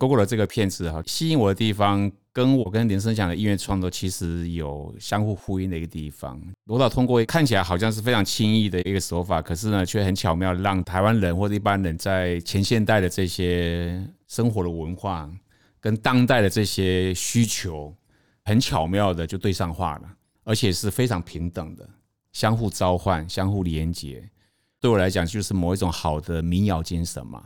GoGo 的这个片子吸引我的地方跟我跟连胜祥的音乐创作其实有相互呼应的一个地方。罗导通过看起来好像是非常轻易的一个手法，可是呢却很巧妙让台湾人或者一般人在前现代的这些生活的文化跟当代的这些需求很巧妙的就对上话了，而且是非常平等的，相互召唤，相互连结。对我来讲就是某一种好的民谣精神嘛。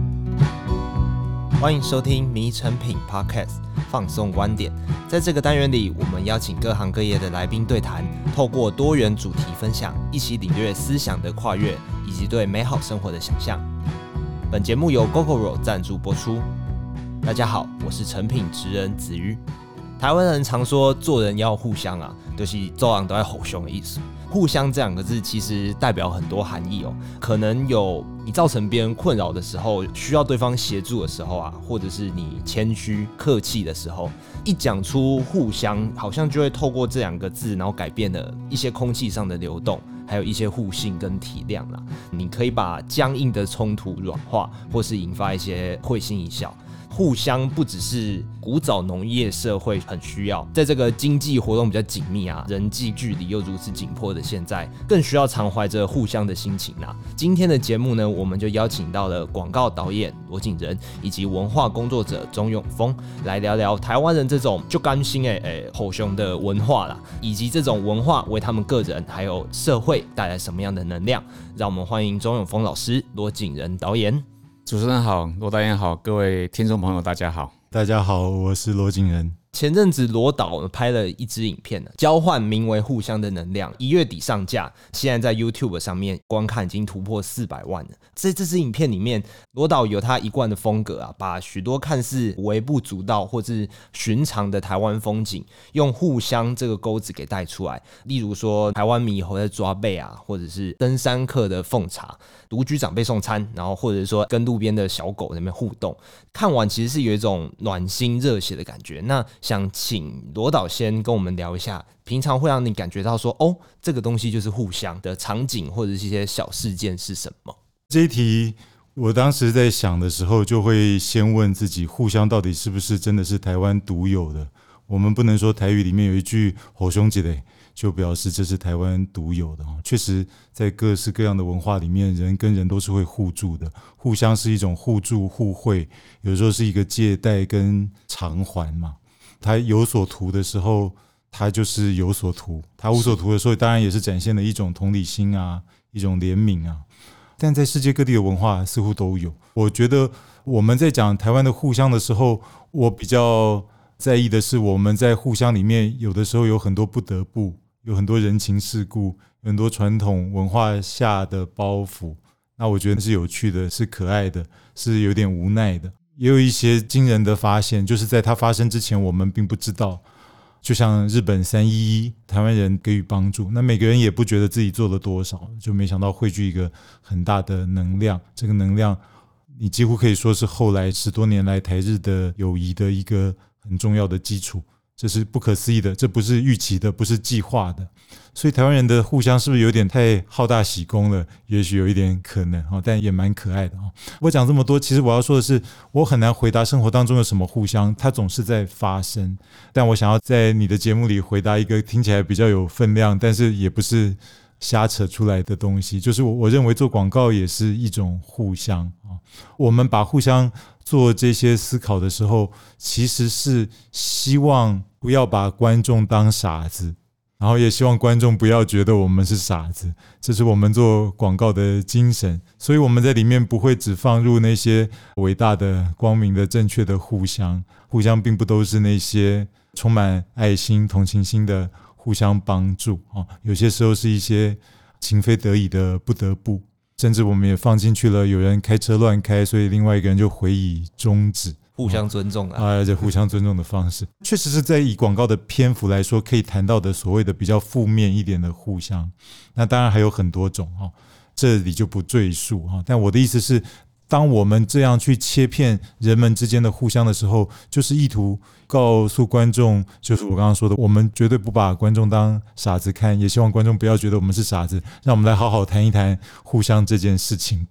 欢迎收听迷成品 Podcast 放送观点。在这个单元里，我们邀请各行各业的来宾对谈，透过多元主题分享，一起领略思想的跨越以及对美好生活的想象。本节目由 GoGoRo 赞助播出。大家好，我是成品职人子瑜。台湾人常说做人要互相就是做人都要互相的意思。互相这两个字其实代表很多含义可能有你造成别人困扰的时候，需要对方协助的时候或者是你谦虚客气的时候，一讲出互相，好像就会透过这两个字，然后改变了一些空气上的流动，还有一些互信跟体谅啦。你可以把僵硬的冲突软化，或是引发一些会心一笑。互相不只是古早农业社会很需要，在这个经济活动比较紧密人际距离又如此紧迫的现在，更需要常怀着互相的心情今天的节目呢，我们就邀请到了广告导演罗景仁以及文化工作者钟永丰，来聊聊台湾人这种就甘心互相的文化啦，以及这种文化为他们个人还有社会带来什么样的能量。让我们欢迎钟永丰老师、罗景仁导演。 主持人好，罗导演好，各位听众朋友大家好。 大家好，我是罗景仁。 前阵子罗导拍了一支影片，交换名为互相的能量，1月底上架，现在在 YouTube 上面观看已经突破400万了。在这支影片里面，罗导有他一贯的风格把许多看似微不足道或是寻常的台湾风景，用互相这个钩子给带出来。例如说台湾猕猴在抓背或者是登山客的奉茶，独居长辈送餐，然后或者说跟路边的小狗在那边互动，看完其实是有一种暖心热血的感觉。那想请罗导先跟我们聊一下，平常会让你感觉到说这个东西就是互相的场景或者是一些小事件是什么？这一题我当时在想的时候，就会先问自己，互相到底是不是真的是台湾独有的？我们不能说台语里面有一句好兄弟的就表示这是台湾独有的。确实在各式各样的文化里面，人跟人都是会互助的，互相是一种互助互惠，有时候是一个借贷跟偿还嘛。他有所图的时候，他就是有所图；他无所图的时候，当然也是展现了一种同理心一种怜悯但在世界各地的文化似乎都有。我觉得我们在讲台湾的互相的时候，我比较在意的是我们在互相里面有的时候有很多不得不，有很多人情世故，有很多传统文化下的包袱。那我觉得是有趣的，是可爱的，是有点无奈的。也有一些惊人的发现，就是在它发生之前我们并不知道。就像日本311，台湾人给予帮助，那每个人也不觉得自己做了多少，就没想到汇聚一个很大的能量。这个能量你几乎可以说是后来10多年来台日的友谊的一个很重要的基础。这是不可思议的，这不是预期的，不是计划的。所以台湾人的互相是不是有点太好大喜功了？也许有一点可能，但也蛮可爱的。我讲这么多，其实我要说的是，我很难回答生活当中有什么互相，它总是在发生。但我想要在你的节目里回答一个听起来比较有分量，但是也不是瞎扯出来的东西，就是我认为做广告也是一种互相。我们把互相做这些思考的时候，其实是希望不要把观众当傻子，然后也希望观众不要觉得我们是傻子，这是我们做广告的精神。所以我们在里面不会只放入那些伟大的、光明的、正确的互相，互相并不都是那些充满爱心、同情心的互相帮助，有些时候是一些情非得已的不得不。甚至我们也放进去了，有人开车乱开，所以另外一个人就回以终止， 互相尊重这互相尊重的方式，确实是在以广告的篇幅来说可以谈到的所谓的比较负面一点的互相。那当然还有很多种这里就不赘述但我的意思是，当我们这样去切片人们之间的互相的时候，就是意图告诉观众，就是我刚刚说的，我们绝对不把观众当傻子看，也希望观众不要觉得我们是傻子，让我们来好好谈一谈互相这件事情吧。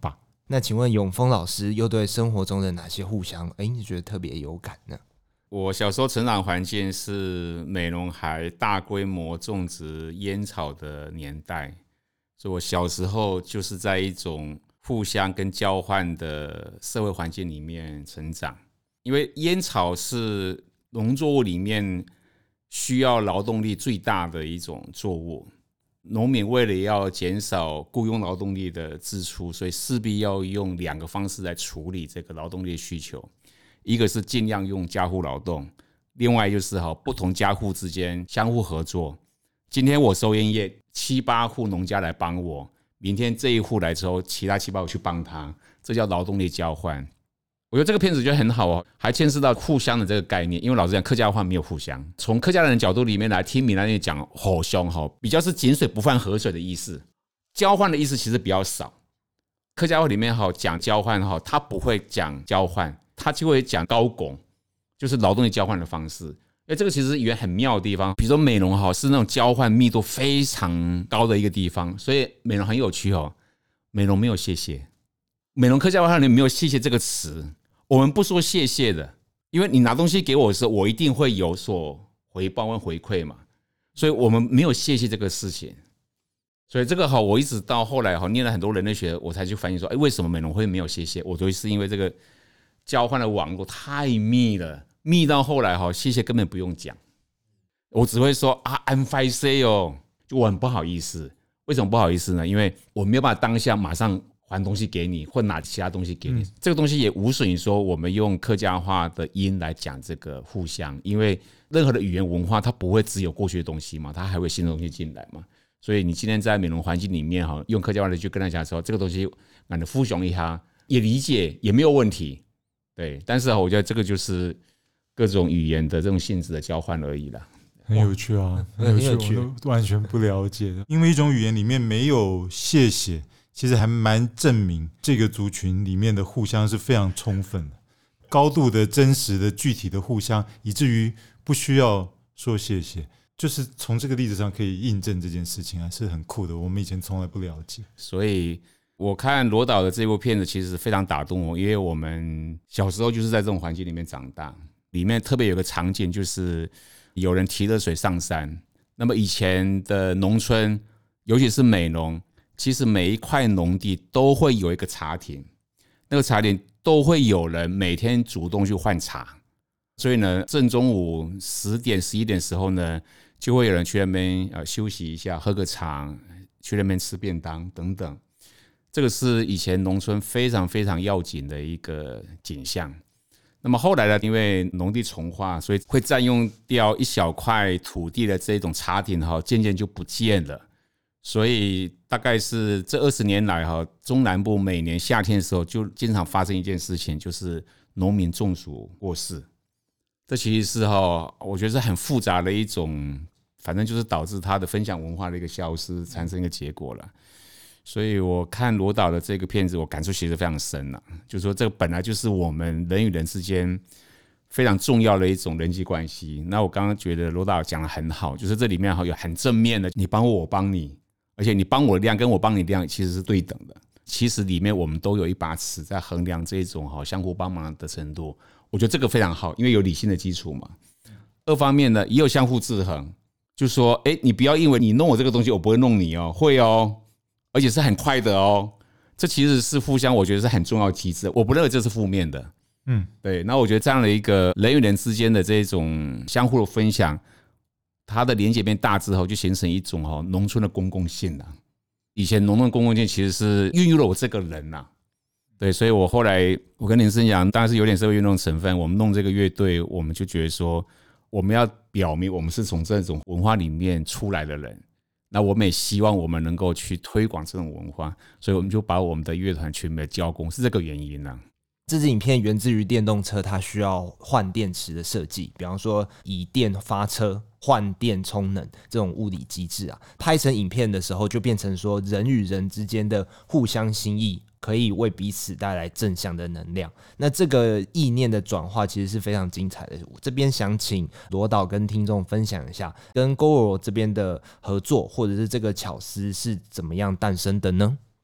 那请问永丰老师又对生活中的哪些互相，你觉得特别有感呢？ 我小时候成长环境是美浓还大规模种植烟草的年代，所以我小时候就是在一种互相跟交换的社会环境里面成长。因为烟草是农作物里面需要劳动力最大的一种作物，农民为了要减少雇佣劳动力的支出，所以势必要用2个方式来处理这个劳动力需求。一个是尽量用家户劳动，另外就是不同家户之间相互合作。今天我收烟叶7、8户农家来帮我，明天这一户来之后，其他7、8户去帮他，这叫劳动力交换。我觉得这个片子就很好还牵涉到互相的这个概念。因为老实讲，客家话没有互相。从客家人的角度里面来听闽南人讲互相比较是井水不犯河水的意思，交换的意思其实比较少。客家话里面讲交换他不会讲交换，他就会讲高拱，就是劳动力交换的方式。这个其实是语言很妙的地方。比如说美浓是那种交换密度非常高的一个地方，所以美浓很有趣美浓没有谢谢，美浓客家话里面没有谢谢这个词。我们不说谢谢的，因为你拿东西给我的时候，我一定会有所回报跟回馈嘛，所以我们没有谢谢这个事情。所以这个我一直到后来念了很多人类学，我才去反映说，为什么美浓会没有谢谢？我觉得是因为这个交换的网络太密了，密到后来谢谢根本不用讲，我只会说I'm fine say 就我很不好意思。为什么不好意思呢？因为我没有办法当下马上还东西给你，或拿其他东西给你，这个东西也无损于说我们用客家话的音来讲这个互相，因为任何的语言文化它不会只有过去的东西嘛，它还会新的东西进来嘛。所以你今天在美浓环境里面用客家话的去跟他讲说这个东西让你互相一下，也理解也没有问题，对。但是我觉得这个就是各种语言的这种性质的交换而已啦。 很有趣很有趣，我都完全不了解的。因为一种语言里面没有谢谢，其实还蛮证明这个族群里面的互相是非常充分的，高度的真实的具体的互相，以至于不需要说谢谢。就是从这个例子上可以印证这件事情，还是很酷的。我们以前从来不了解， 所以我看罗导的这部片子其实非常打动我，因为我们小时候就是在这种环境里面长大。里面特别有个场景，就是有人提着水上山。那么以前的农村，尤其是美浓，其实每一块农地都会有一个茶亭，那个茶亭都会有人每天主动去换茶。所以呢，正中午10点、11点的时候呢，就会有人去那边休息一下，喝个茶，去那边吃便当等等。这个是以前农村非常非常要紧的一个景象。那么后来呢，因为农地重化，所以会占用掉一小块土地的这种茶亭渐渐就不见了。所以大概是这20年来中南部每年夏天的时候就经常发生一件事情，就是农民中暑过世。这其实是我觉得是很复杂的一种，反正就是导致它的分享文化的一个消失，产生一个结果了。所以我看罗导的这个片子，我感触其实非常深了。就是说，这个本来就是我们人与人之间非常重要的一种人际关系。那我刚刚觉得罗导讲得很好，就是这里面有很正面的，你帮我，我帮你，而且你帮我的量跟我帮你的量其实是对等的。其实里面我们都有一把尺在衡量这种相互帮忙的程度。我觉得这个非常好，因为有理性的基础嘛。二方面呢，也有相互制衡，就是说，你不要因为你弄我这个东西，我不会弄你会而且是很快的这其实是互相，我觉得是很重要的机制。我不认为这是负面的。对。那我觉得这样的一个人与人之间的这种相互的分享，它的连结变大之后，就形成一种农村的公共性了。以前农村公共性其实是孕育了我这个人啦。对，所以我后来我跟林生讲，当然是有点社会运动成分。我们弄这个乐队，我们就觉得说，我们要表明我们是从这种文化里面出来的人。那我们也希望我们能够去推广这种文化，所以我们就把我们的乐团全面交工，是这个原因啊。 这支影片源自于电动车它需要换电池的设计，比方说以电发车、换电充能这种物理机制啊，拍成影片的时候就变成说人与人之间的互相心意，可以为彼此带来正向的能量。那这个意念的转化其实是非常精彩的。我这边想请罗导跟听众分享一下，跟 Goro 这边的合作或者是这个巧思是怎么样诞生的呢？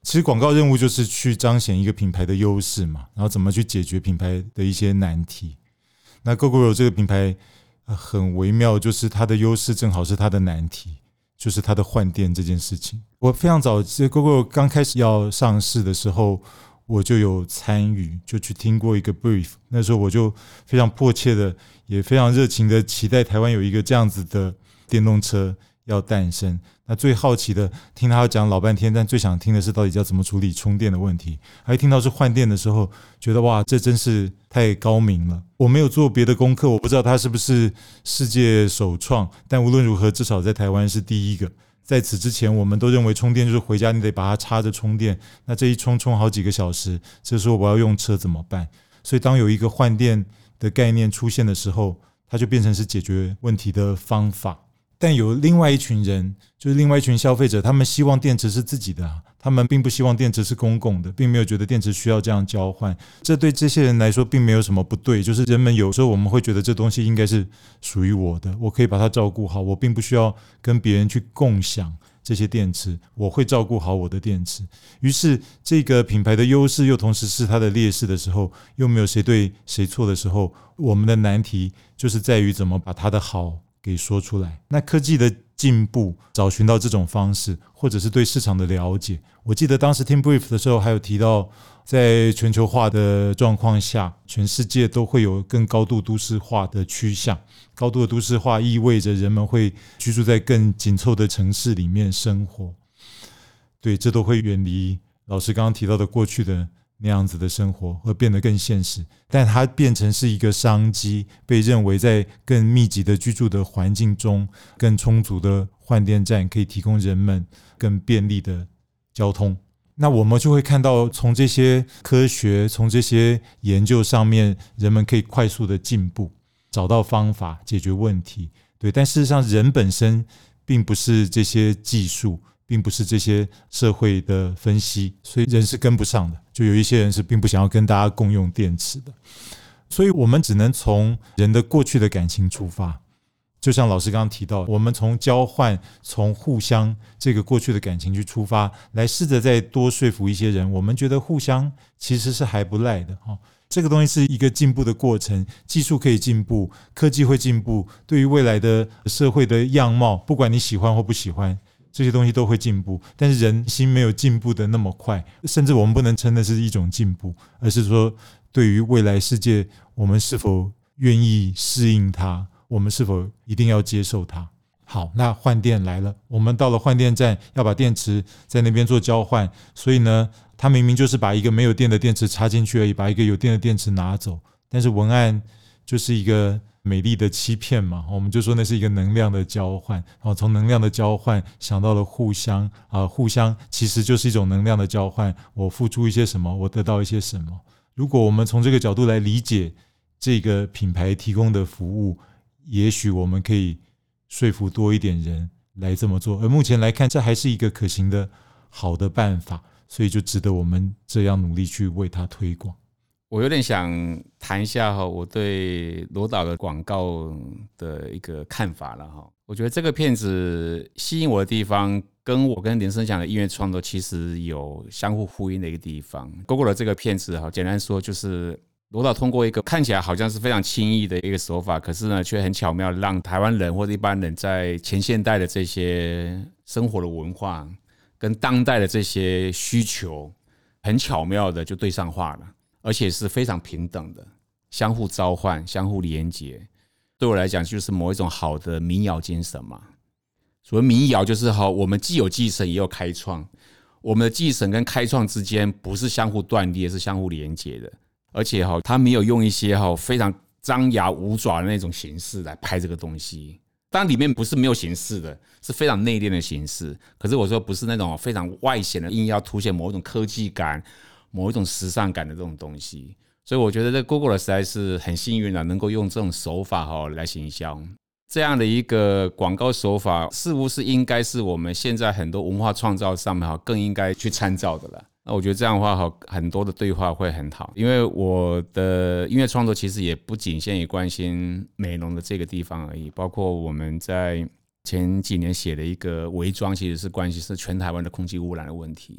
其实广告任务就是去彰显一个品牌的优势嘛，然后怎么去解决品牌的一些难题。那 Gogoro 这个品牌很微妙，就是它的优势正好是它的难题，就是它的换店这件事情。我非常早，Gogoro 刚开始要上市的时候，我就有参与，就去听过一个 brief。那时候我就非常迫切的，也非常热情的期待台湾有一个这样子的电动车要诞生。那最好奇的听他讲老半天，但最想听的是到底要怎么处理充电的问题。还听到是换电的时候，觉得哇，这真是太高明了。我没有做别的功课，我不知道它是不是世界首创，但无论如何，至少在台湾是第一个。在此之前，我们都认为充电就是回家你得把它插着充电，那这一充好几个小时，这时候我要用车怎么办？所以当有一个换电的概念出现的时候，它就变成是解决问题的方法。但有另外一群人，就是另外一群消费者，他们希望电池是自己的，他们并不希望电池是公共的，并没有觉得电池需要这样交换。这对这些人来说并没有什么不对，就是人们有时候我们会觉得这东西应该是属于我的，我可以把它照顾好，我并不需要跟别人去共享这些电池，我会照顾好我的电池。于是这个品牌的优势又同时是它的劣势的时候，又没有谁对谁错的时候，我们的难题就是在于怎么把它的好给说出来。那科技的进步找寻到这种方式，或者是对市场的了解。我记得当时听 brief 的时候还有提到，在全球化的状况下，全世界都会有更高度都市化的趋向。高度的都市化意味着人们会居住在更紧凑的城市里面生活，对，这都会远离老师刚刚提到的过去的那样子的生活，会变得更现实。但它变成是一个商机，被认为在更密集的居住的环境中，更充足的换电站可以提供人们更便利的交通。那我们就会看到，从这些科学，从这些研究上面，人们可以快速的进步，找到方法解决问题。对，但事实上人本身并不是这些技术，并不是这些社会的分析，所以人是跟不上的。就有一些人是并不想要跟大家共用电池的，所以我们只能从人的过去的感情出发。就像老师刚刚提到，我们从交换、从互相这个过去的感情去出发，来试着再多说服一些人，我们觉得互相其实是还不赖的。这个东西是一个进步的过程，技术可以进步，科技会进步，对于未来的社会的样貌，不管你喜欢或不喜欢，这些东西都会进步。但是人心没有进步的那么快，甚至我们不能称的是一种进步，而是说对于未来世界，我们是否愿意适应它，我们是否一定要接受它。好，那换电来了，我们到了换电站，要把电池在那边做交换，所以呢，它明明就是把一个没有电的电池插进去而已，把一个有电的电池拿走，但是文案就是一个美丽的欺骗嘛，我们就说那是一个能量的交换，从能量的交换想到了互相，互相其实就是一种能量的交换，我付出一些什么，我得到一些什么。如果我们从这个角度来理解这个品牌提供的服务，也许我们可以说服多一点人来这么做，而目前来看，这还是一个可行的好的办法，所以就值得我们这样努力去为它推广。 我有点想谈一下我对罗导的广告的一个看法了。我觉得这个片子吸引我的地方，跟我跟林生祥的音乐创作其实有相互呼应的一个地方。Gogoro这个片子简单说就是罗导通过一个看起来好像是非常轻易的一个手法，可是呢却很巧妙让台湾人或者一般人在前现代的这些生活的文化跟当代的这些需求很巧妙的就对上话了，而且是非常平等的，相互召唤，相互连结。对我来讲就是某一种好的民谣精神嘛。所谓民谣就是我们既有继承也有开创，我们的继承跟开创之间不是相互断裂，是相互连结的。而且他没有用一些非常张牙舞爪的那种形式来拍这个东西，当然里面不是没有形式的，是非常内敛的形式。可是我说不是那种非常外显的，硬要凸显某一种科技感、某一种时尚感的这种东西。所以我觉得这 Gogoro 实在是很幸运能够用这种手法来行销。这样的一个广告手法，似乎是应该是我们现在很多文化创造上面更应该去参照的了。那我觉得这样的话很多的对话会很好，因为我的音乐创作其实也不仅限于关心美容的这个地方而已，包括我们在前几年写的一个微装，其实是关系是全台湾的空气污染的问题。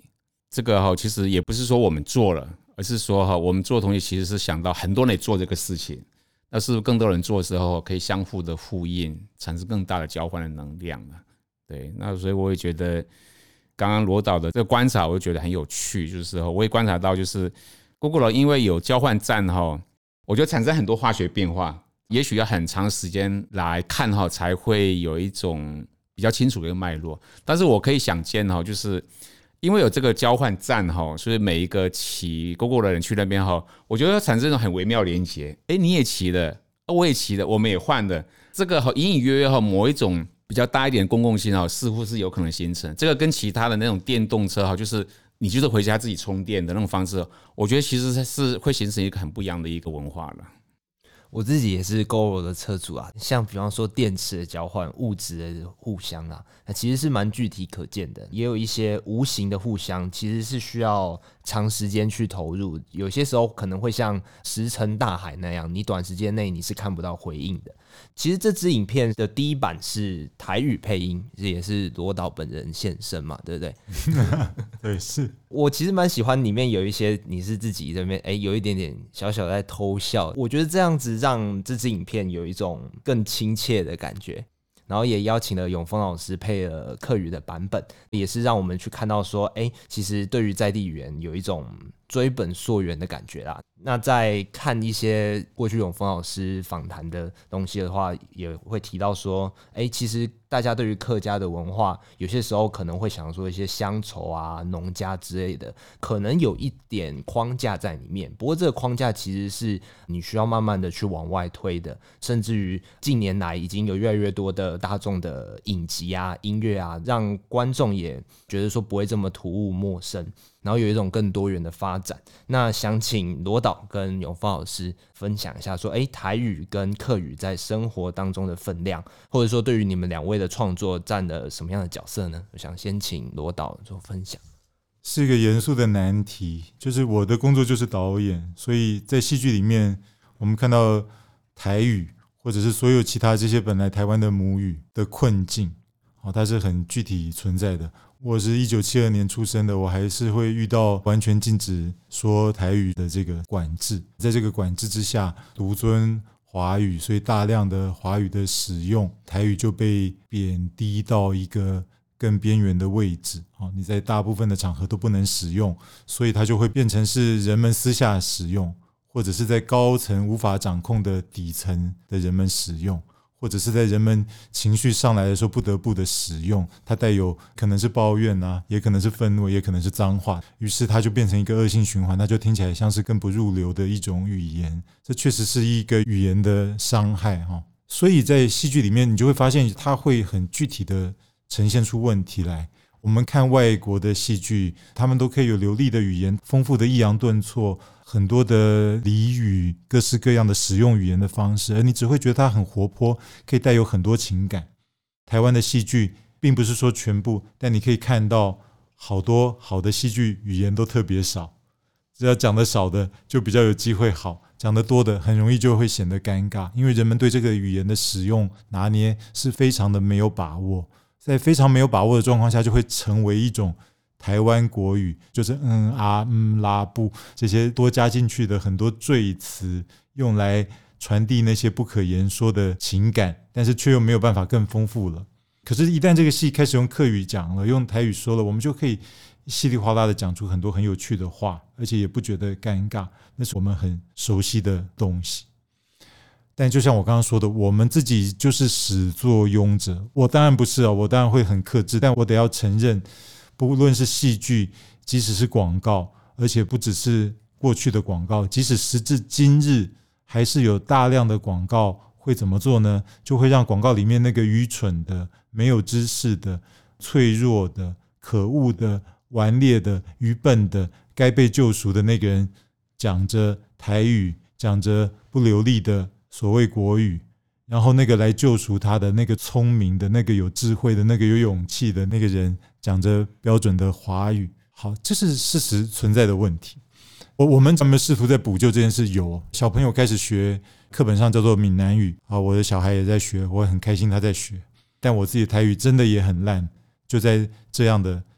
这个其实也不是说我们做了，而是说我们做的东西其实是想到很多人也做这个事情，那是不是更多人做的时候可以相互的呼应，产生更大的交换的能量呢？对，那所以我也觉得刚刚罗导的这个观察，我就觉得很有趣，就是我也观察到，就是 Google 因为有交换站我觉得产生很多化学变化，也许要很长时间来看才会有一种比较清楚的一个脉络。但是我可以想见就是因为有这个交换站所以每一个骑 Google 的人去那边我觉得产生一种很微妙的连结。你也骑了，我也骑了，我们也换了，这个隐隐约约某一种比较大一点的公共性似乎是有可能形成。这个跟其他的那种电动车就是你就是回家自己充电的那种方式，我觉得其实是会形成一个很不一样的一个文化了。 我自己也是 GoGo 的车主啊，像比方说电池的交换、物质的互相啊，那其实是蛮具体可见的。也有一些无形的互相，其实是需要长时间去投入，有些时候可能会像石沉大海那样，你短时间内你是看不到回应的。其实这支影片的第一版是台语配音，也是罗导本人现身嘛，对不对？ 对，是我其实蛮喜欢里面有一些你是自己这边有一点点小小在偷笑，我觉得这样子让这支影片有一种更亲切的感觉。然后也邀请了永丰老师配了客语的版本，也是让我们去看到说，其实对于在地语言有一种追本溯源的感觉啦。那在看一些过去永丰老师访谈的东西的话，也会提到说，其实大家对于客家的文化，有些时候可能会想说一些乡愁啊、农家之类的，可能有一点框架在里面。不过这个框架其实是你需要慢慢的去往外推的，甚至于近年来已经有越来越多的大众的影集啊、音乐啊，让观众也觉得说不会这么突兀陌生。然后有一种更多元的发展。那想请罗导跟永丰老师分享一下说，台语跟客语在生活当中的分量，或者说对于你们两位的创作占了什么样的角色呢？我想先请罗导做分享。 是一个严肃的难题，就是我的工作就是导演，所以在戏剧里面我们看到台语或者是所有其他这些本来台湾的母语的困境，它是很具体存在的。我是1972年出生的，我还是会遇到完全禁止说台语的这个管制，在这个管制之下独尊华语，所以大量的华语的使用，台语就被贬低到一个更边缘的位置，你在大部分的场合都不能使用，所以它就会变成是人们私下使用，或者是在高层无法掌控的底层的人们使用，或者是在人们情绪上来的时候不得不的使用，它带有可能是抱怨啊，也可能是愤怒，也可能是脏话，于是它就变成一个恶性循环，它就听起来像是更不入流的一种语言，这确实是一个语言的伤害。所以在戏剧里面你就会发现它会很具体的呈现出问题来。我们看外国的戏剧，他们都可以有流利的语言，丰富的抑扬顿挫，很多的俚语，各式各样的使用语言的方式，而你只会觉得它很活泼，可以带有很多情感。台湾的戏剧并不是说全部，但你可以看到好多好的戏剧语言都特别少，只要讲得少的就比较有机会好，讲得多的很容易就会显得尴尬，因为人们对这个语言的使用拿捏是非常的没有把握，在非常没有把握的状况下，就会成为一种台湾国语，就是啦不这些多加进去的很多赘词，用来传递那些不可言说的情感，但是却又没有办法更丰富了。可是一旦这个戏开始用客语讲了，用台语说了，我们就可以稀里哗啦的讲出很多很有趣的话，而且也不觉得尴尬，那是我们很熟悉的东西。但就像我刚刚说的，我们自己就是始作俑者，我当然不是，我当然会很克制，但我得要承认，不论是戏剧，即使是广告，而且不只是过去的广告，即使时至今日还是有大量的广告会怎么做呢？就会让广告里面那个愚蠢的、没有知识的、脆弱的、可恶的、顽劣的、愚笨的、该被救赎的那个人，讲着台语，讲着不流利的所谓国语，然后那个来救赎他的那个聪明的、那个有智慧的、那个有勇气的那个人讲着标准的华语。好，这是事实存在的问题。我们专门试图在补救这件事，有小朋友开始学课本上叫做闽南语，我的小孩也在学，我很开心他在学，但我自己的台语真的也很烂，就在这样的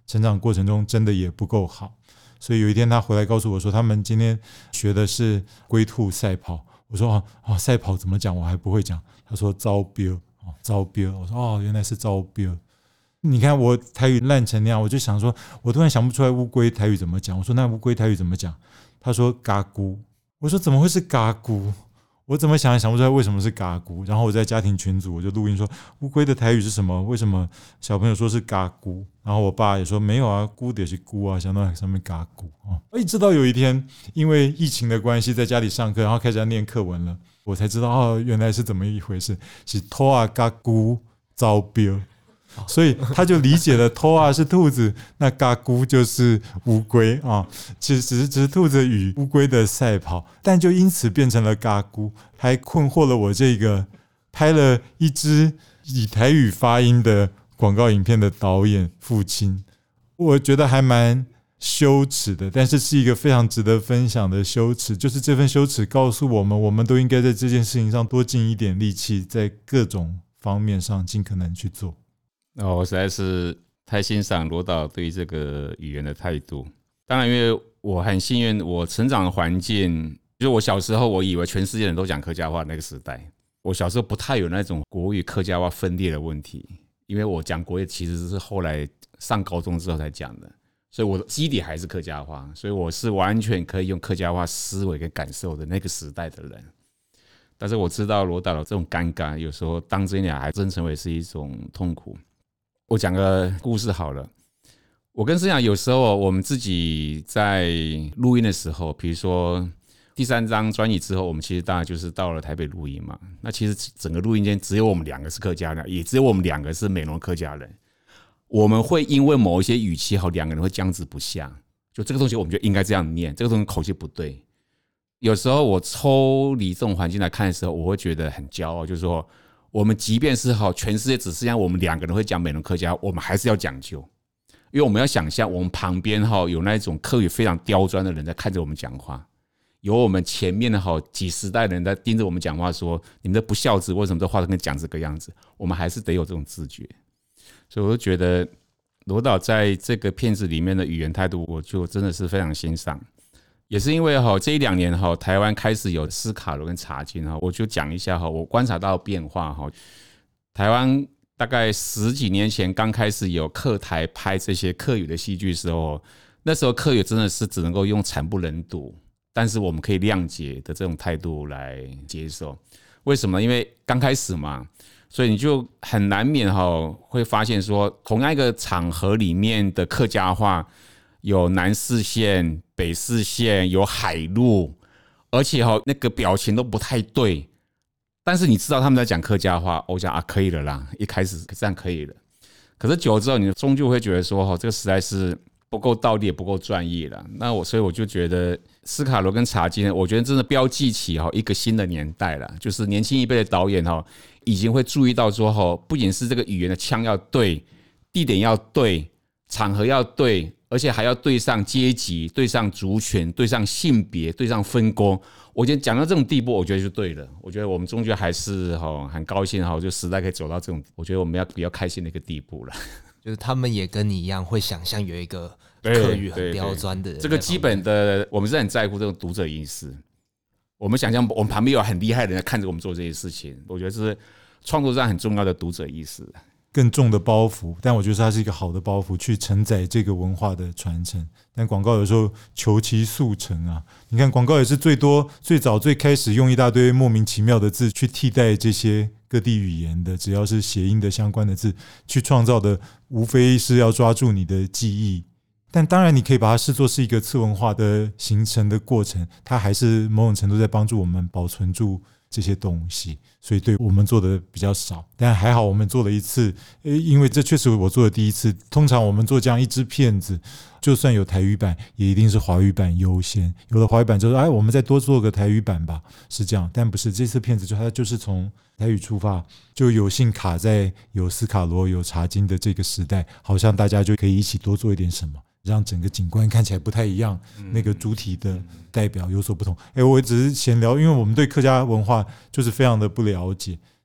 成长过程中真的也不够好。所以有一天他回来告诉我说，他们今天学的是龟兔赛跑。我说赛跑怎么讲我还不会讲。他说招标，招标。我说原来是招标。你看我台语烂成那样，我就想说，我突然想不出来乌龟台语怎么讲。我说那乌龟台语怎么讲？他说嘎咕。我说怎么会是嘎咕？我怎么想也想不出来为什么是嘎咕。然后我在家庭群组我就录音说，乌龟的台语是什么？为什么小朋友说是嘎咕？然后我爸也说没有啊，咕的是咕啊，想到上面嘎咕。一直到有一天因为疫情的关系在家里上课，然后开始要念课文了，我才知道原来是怎么一回事，是拖啊嘎咕招标。所以他就理解了拖啊是兔子，那嘎咕就是乌龟啊。其实只是兔子与乌龟的赛跑，但就因此变成了嘎咕，还困惑了我这个拍了一支以台语发音的广告影片的导演父亲。我觉得还蛮羞耻的，但是是一个非常值得分享的羞耻。就是这份羞耻告诉我们，我们都应该在这件事情上多尽一点力气，在各种方面上尽可能去做。 我实在是太欣赏罗导对于这个语言的态度。当然因为我很幸运，我成长的环境，就是我小时候我以为全世界人都讲客家话那个时代，我小时候不太有那种国语客家话分裂的问题，因为我讲国语其实是后来上高中之后才讲的，所以我的基底还是客家话，所以我是完全可以用客家话思维跟感受的那个时代的人。但是我知道罗导的这种尴尬，有时候当真一点还真成为是一种痛苦。我讲个故事好了，我跟思想有时候我们自己在录音的时候，比如说第3张专辑之后，我们其实当然就是到了台北录音嘛。那其实整个录音间只有我们2个是客家人，也只有我们2个是美浓客家人。我们会因为某一些语气2个人会僵持不下，就这个东西我们就应该这样念，这个东西口气不对。有时候我抽离这种环境来看的时候，我会觉得很骄傲，就是说我们即便是全世界只剩下我们2个人会讲美浓客家，我们还是要讲究，因为我们要想象我们旁边有那种客语非常刁钻的人在看着我们讲话，有我们前面的几十代人在盯着我们讲话，说你们的不孝子为什么这话都跟讲这个样子，我们还是得有这种自觉。所以我就觉得罗导在这个片子里面的语言态度，我就真的是非常欣赏。也是因为这1-2年台湾开始有斯卡罗跟茶金，我就讲一下我观察到的变化。台湾大概10几年前刚开始有客台拍这些客语的戏剧的时候，那时候客语真的是只能够用惨不忍睹，但是我们可以谅解的这种态度来接受。为什么？因为刚开始嘛，所以你就很难免会发现说，同样一个场合里面的客家话有南势线、北势线，有海陆，而且那个表情都不太对。但是你知道他们在讲客家话，我讲可以了啦，一开始这样可以了。可是久了之后，你终究会觉得说，这个实在是不够道地，也不够专业了。所以我就觉得斯卡罗跟茶金，我觉得真的标记起一个新的年代了，就是年轻一辈的导演已经会注意到说，不仅是这个语言的腔要对，地点要对，场合要对，而且还要对上阶级，对上族群，对上性别，对上分工。我觉得讲到这种地步，我觉得就对了。我觉得我们终究还是很高兴就时代可以走到这种，我觉得我们要比较开心的一个地步了。 就是他们也跟你一样会想象有一个客语很刁钻的人， 这个基本的我们是很在乎这种读者意识。我们想象我们旁边有很厉害的人看着我们做这些事情，我觉得是创作上很重要的读者意识。 更重的包袱，但我觉得它是一个好的包袱，去承载这个文化的传承。但广告有时候求其速成啊，你看广告也是最早最开始用一大堆莫名其妙的字去替代这些各地语言的，只要是谐音的相关的字去创造的，无非是要抓住你的记忆。但当然你可以把它视作是一个次文化的形成的过程，它还是某种程度在帮助我们保存住这些东西，所以对我们做的比较少，但还好我们做了一次，因为这确实我做的第一次。通常我们做这样一支片子，就算有台语版，也一定是华语版优先。有了华语版就说，我们再多做个台语版吧，是这样。但不是，这次片子它就是从台语出发，就有幸卡在有斯卡罗、有茶金的这个时代，好像大家就可以一起多做一点什么，让整个景观看起来不太一样，那个主体的代表有所不同。我只是闲聊，因为我们对客家文化就是非常的不了解，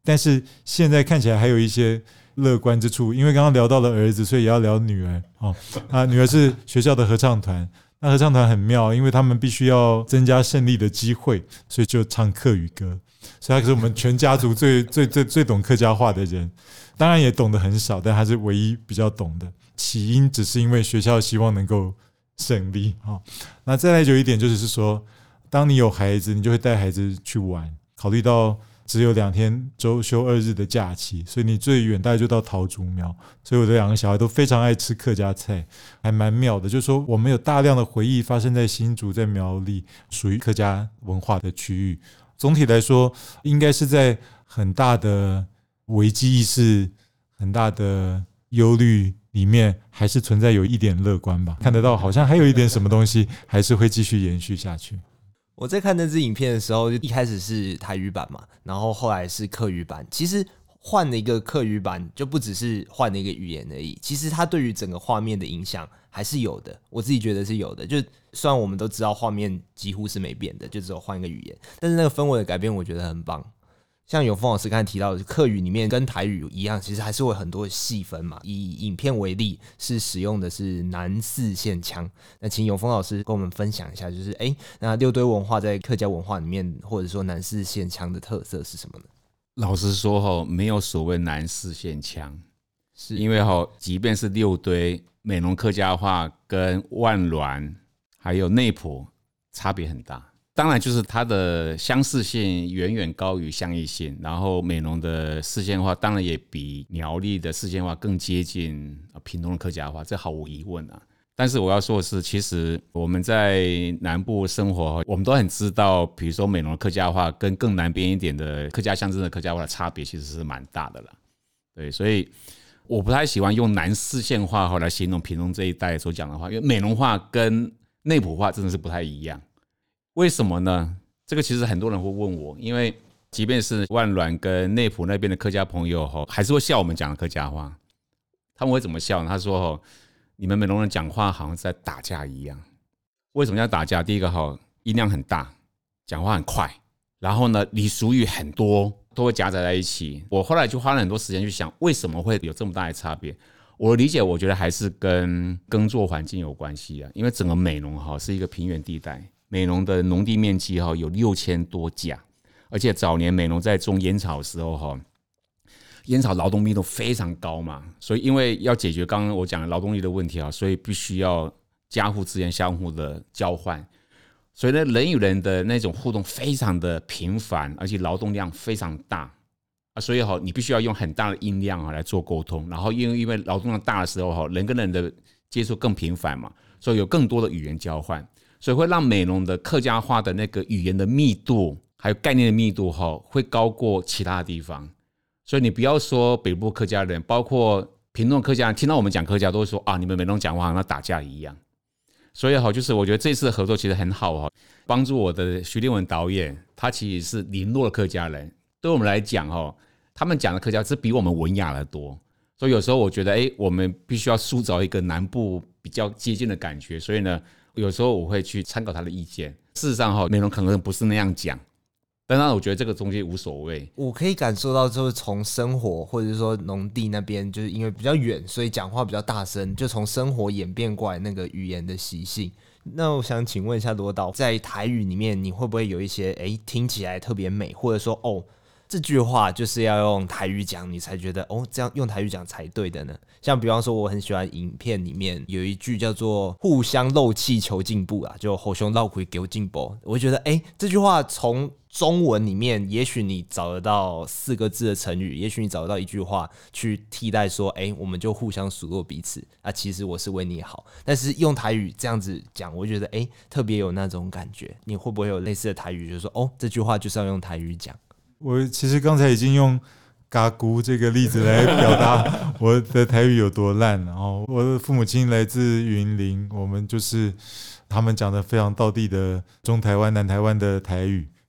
但是现在看起来还有一些乐观之处，因为刚刚聊到了儿子，所以也要聊女儿女儿是学校的合唱团，那合唱团很妙，因为他们必须要增加胜利的机会，所以就唱客语歌，所以他是我们全家族最懂客家话的人，当然也懂得很少，但他是唯一比较懂的。起因只是因为学校希望能够胜利。那再来有一点就是说，当你有孩子，你就会带孩子去玩，考虑到只有2天周休2日的假期，所以你最远大概就到桃竹苗，所以我的2个小孩都非常爱吃客家菜，还蛮妙的。就是说我们有大量的回忆发生在新竹，在苗栗，属于客家文化的区域。总体来说，应该是在很大的危机意识、很大的忧虑里面，还是存在有一点乐观吧。看得到好像还有一点什么东西还是会继续延续下去。 我在看那支影片的时候，一开始是台语版嘛，然后后来是客语版。其实换了一个客语版，就不只是换了一个语言而已。其实它对于整个画面的影响还是有的，我自己觉得是有的。就虽然我们都知道画面几乎是没变的，就只有换一个语言，但是那个氛围的改变，我觉得很棒。像永丰老师刚才提到的，客语里面跟台语一样，其实还是会有很多细分嘛。以影片为例，是使用的是南四线腔。那请永丰老师跟我们分享一下，就是那六堆文化在客家文化里面，或者说南四线腔的特色是什么呢？ 老实说没有所谓南四线腔， 是因为即便是六堆美浓客家话跟万峦还有内埔差别很大。当然就是它的相似性远远高于相异性，然后美浓的四线话当然也比苗栗的四线话更接近屏东的客家话，这毫无疑问啊。但是我要说的是，其实我们在南部生活，我们都很知道，比如说美浓的客家话跟更南边一点的客家乡镇的客家话的差别其实是蛮大的啦。对，所以我不太喜欢用南四线话来形容屏东这一带所讲的话，因为美浓话跟内埔话真的是不太一样。为什么呢？这个其实很多人会问我，因为即便是万峦跟内埔那边的客家朋友还是会笑我们讲的客家话。他们会怎么笑呢？他说你们美浓人讲话好像在打架一样。为什么要打架？第一个音量很大，讲话很快，然后呢俚俗语很多，都会夹杂在一起。我后来就花了很多时间去想，为什么会有这么大的差别。我的理解，我觉得还是跟耕作环境有关系啊。因为整个美浓是一个平原地带，美浓的农地面积有6000多甲，而且早年美浓在种烟草的时候烟草劳动密度非常高嘛，所以因为要解决刚刚我讲的劳动力的问题所以必须要家户之间相互的交换，所以呢人与人的那种互动非常的频繁，而且劳动量非常大所以你必须要用很大的音量来做沟通，然后因为劳动量大的时候人跟人的接触更频繁嘛，所以有更多的语言交换，所以会让美浓的客家话的那个语言的密度还有概念的密度会高过其他的地方。所以你不要说北部客家人，包括屏东客家人听到我们讲客家都会说你们美浓讲话好像打架一样。所以就是我觉得这次的合作其实很好帮助我的徐立文导演，他其实是零落的客家人，对我们来讲他们讲的客家是比我们文雅的多，所以有时候我觉得我们必须要塑造一个南部比较接近的感觉，所以呢有时候我会去参考他的意见。事实上美浓可能不是那样讲，当然我觉得这个东西无所谓。 我可以感受到就是从生活或者是说农地那边，就是因为比较远，所以讲话比较大声，就从生活演变过来那个语言的习性。那我想请问一下罗导，在台语里面你会不会有一些听起来特别美，或者说这句话就是要用台语讲你才觉得这样用台语讲才对的呢？像比方说我很喜欢影片里面有一句叫做互相漏气求进步就吼熊绕亏给进步，我觉得这句话从中文里面也许你找得到4个字的成语，也许你找得到一句话去替代说我们就互相数落彼此其实我是为你好，但是用台语这样子讲，我觉得特别有那种感觉。你会不会有类似的台语，就是说这句话就是要用台语讲？ 我其实刚才已经用嘎咕这个例子来表达我的台语有多烂。然后我的父母亲来自云林，我们就是他们讲的非常道地的中台湾南台湾的台语，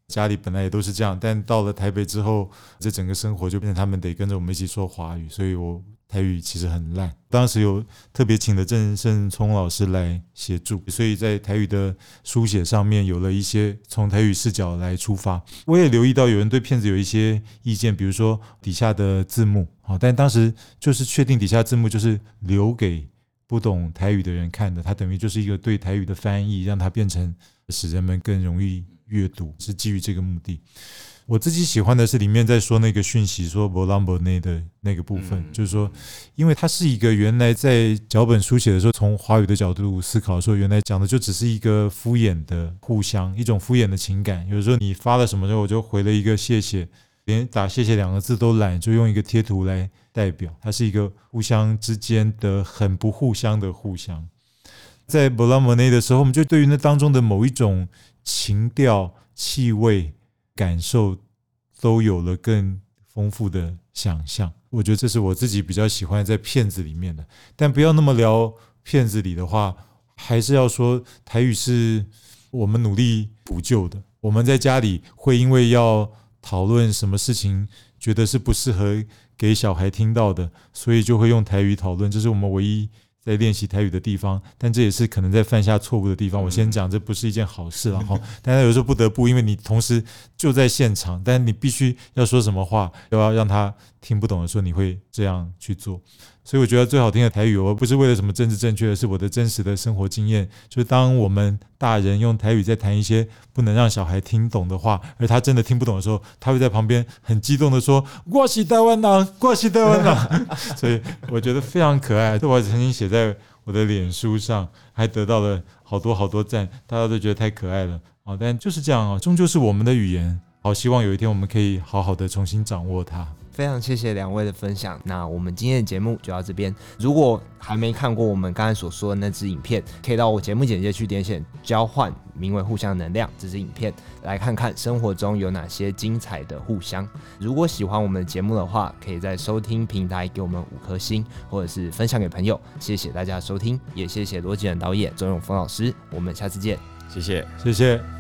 家里本来也都是这样，但到了台北之后，这整个生活就变成他们得跟着我们一起说华语，所以我台语其实很烂。当时有特别请了郑胜聪老师来协助，所以在台语的书写上面有了一些从台语视角来出发。我也留意到有人对片子有一些意见，比如说底下的字幕，但当时就是确定底下字幕就是留给不懂台语的人看的，它等于就是一个对台语的翻译，让它变成使人们更容易阅读，是基于这个目的。我自己喜欢的是里面在说那个讯息，说没人没你的那个部分，就是说，因为它是一个原来在脚本书写的时候，从华语的角度思考说，原来讲的就只是一个敷衍的互相，一种敷衍的情感。有时候你发了什么之后，我就回了一个谢谢，连打谢谢2个字都懒，就用一个贴图来代表，它是一个互相之间的很不互相的互相。在没人没你的时候，我们就对于那当中的某一种情调、气味、感受都有了更丰富的想象。我觉得这是我自己比较喜欢在片子里面的。但不要那么聊片子里的话，还是要说台语是我们努力补救的。我们在家里会因为要讨论什么事情觉得是不适合给小孩听到的，所以就会用台语讨论，这是我们唯一在练习台语的地方，但这也是可能在犯下错误的地方。我先讲，这不是一件好事啦，但有时候不得不，因为你同时就在现场，但你必须要说什么话，要让他听不懂的时候，你会这样去做。所以我觉得最好听的台语，我不是为了什么政治正确，而是我的真实的生活经验。就是当我们大人用台语在谈一些不能让小孩听懂的话，而他真的听不懂的时候，他会在旁边很激动的说：“我是台湾人，我是台湾人。”所以我觉得非常可爱。这我曾经写在我的脸书上，还得到了好多赞，大家都觉得太可爱了。但就是这样，终究是我们的语言。好，希望有一天我们可以好好的重新掌握它。 非常谢谢2位的分享，那我们今天的节目就到这边。如果还没看过我们刚才所说的那支影片，可以到我节目简介去点选交换，名为互相能量这支影片，来看看生活中有哪些精彩的互相。如果喜欢我们的节目的话，可以在收听平台给我们5颗星，或者是分享给朋友。谢谢大家的收听，也谢谢罗锦仁导演、周永峰老师，我们下次见。 谢谢， 谢谢。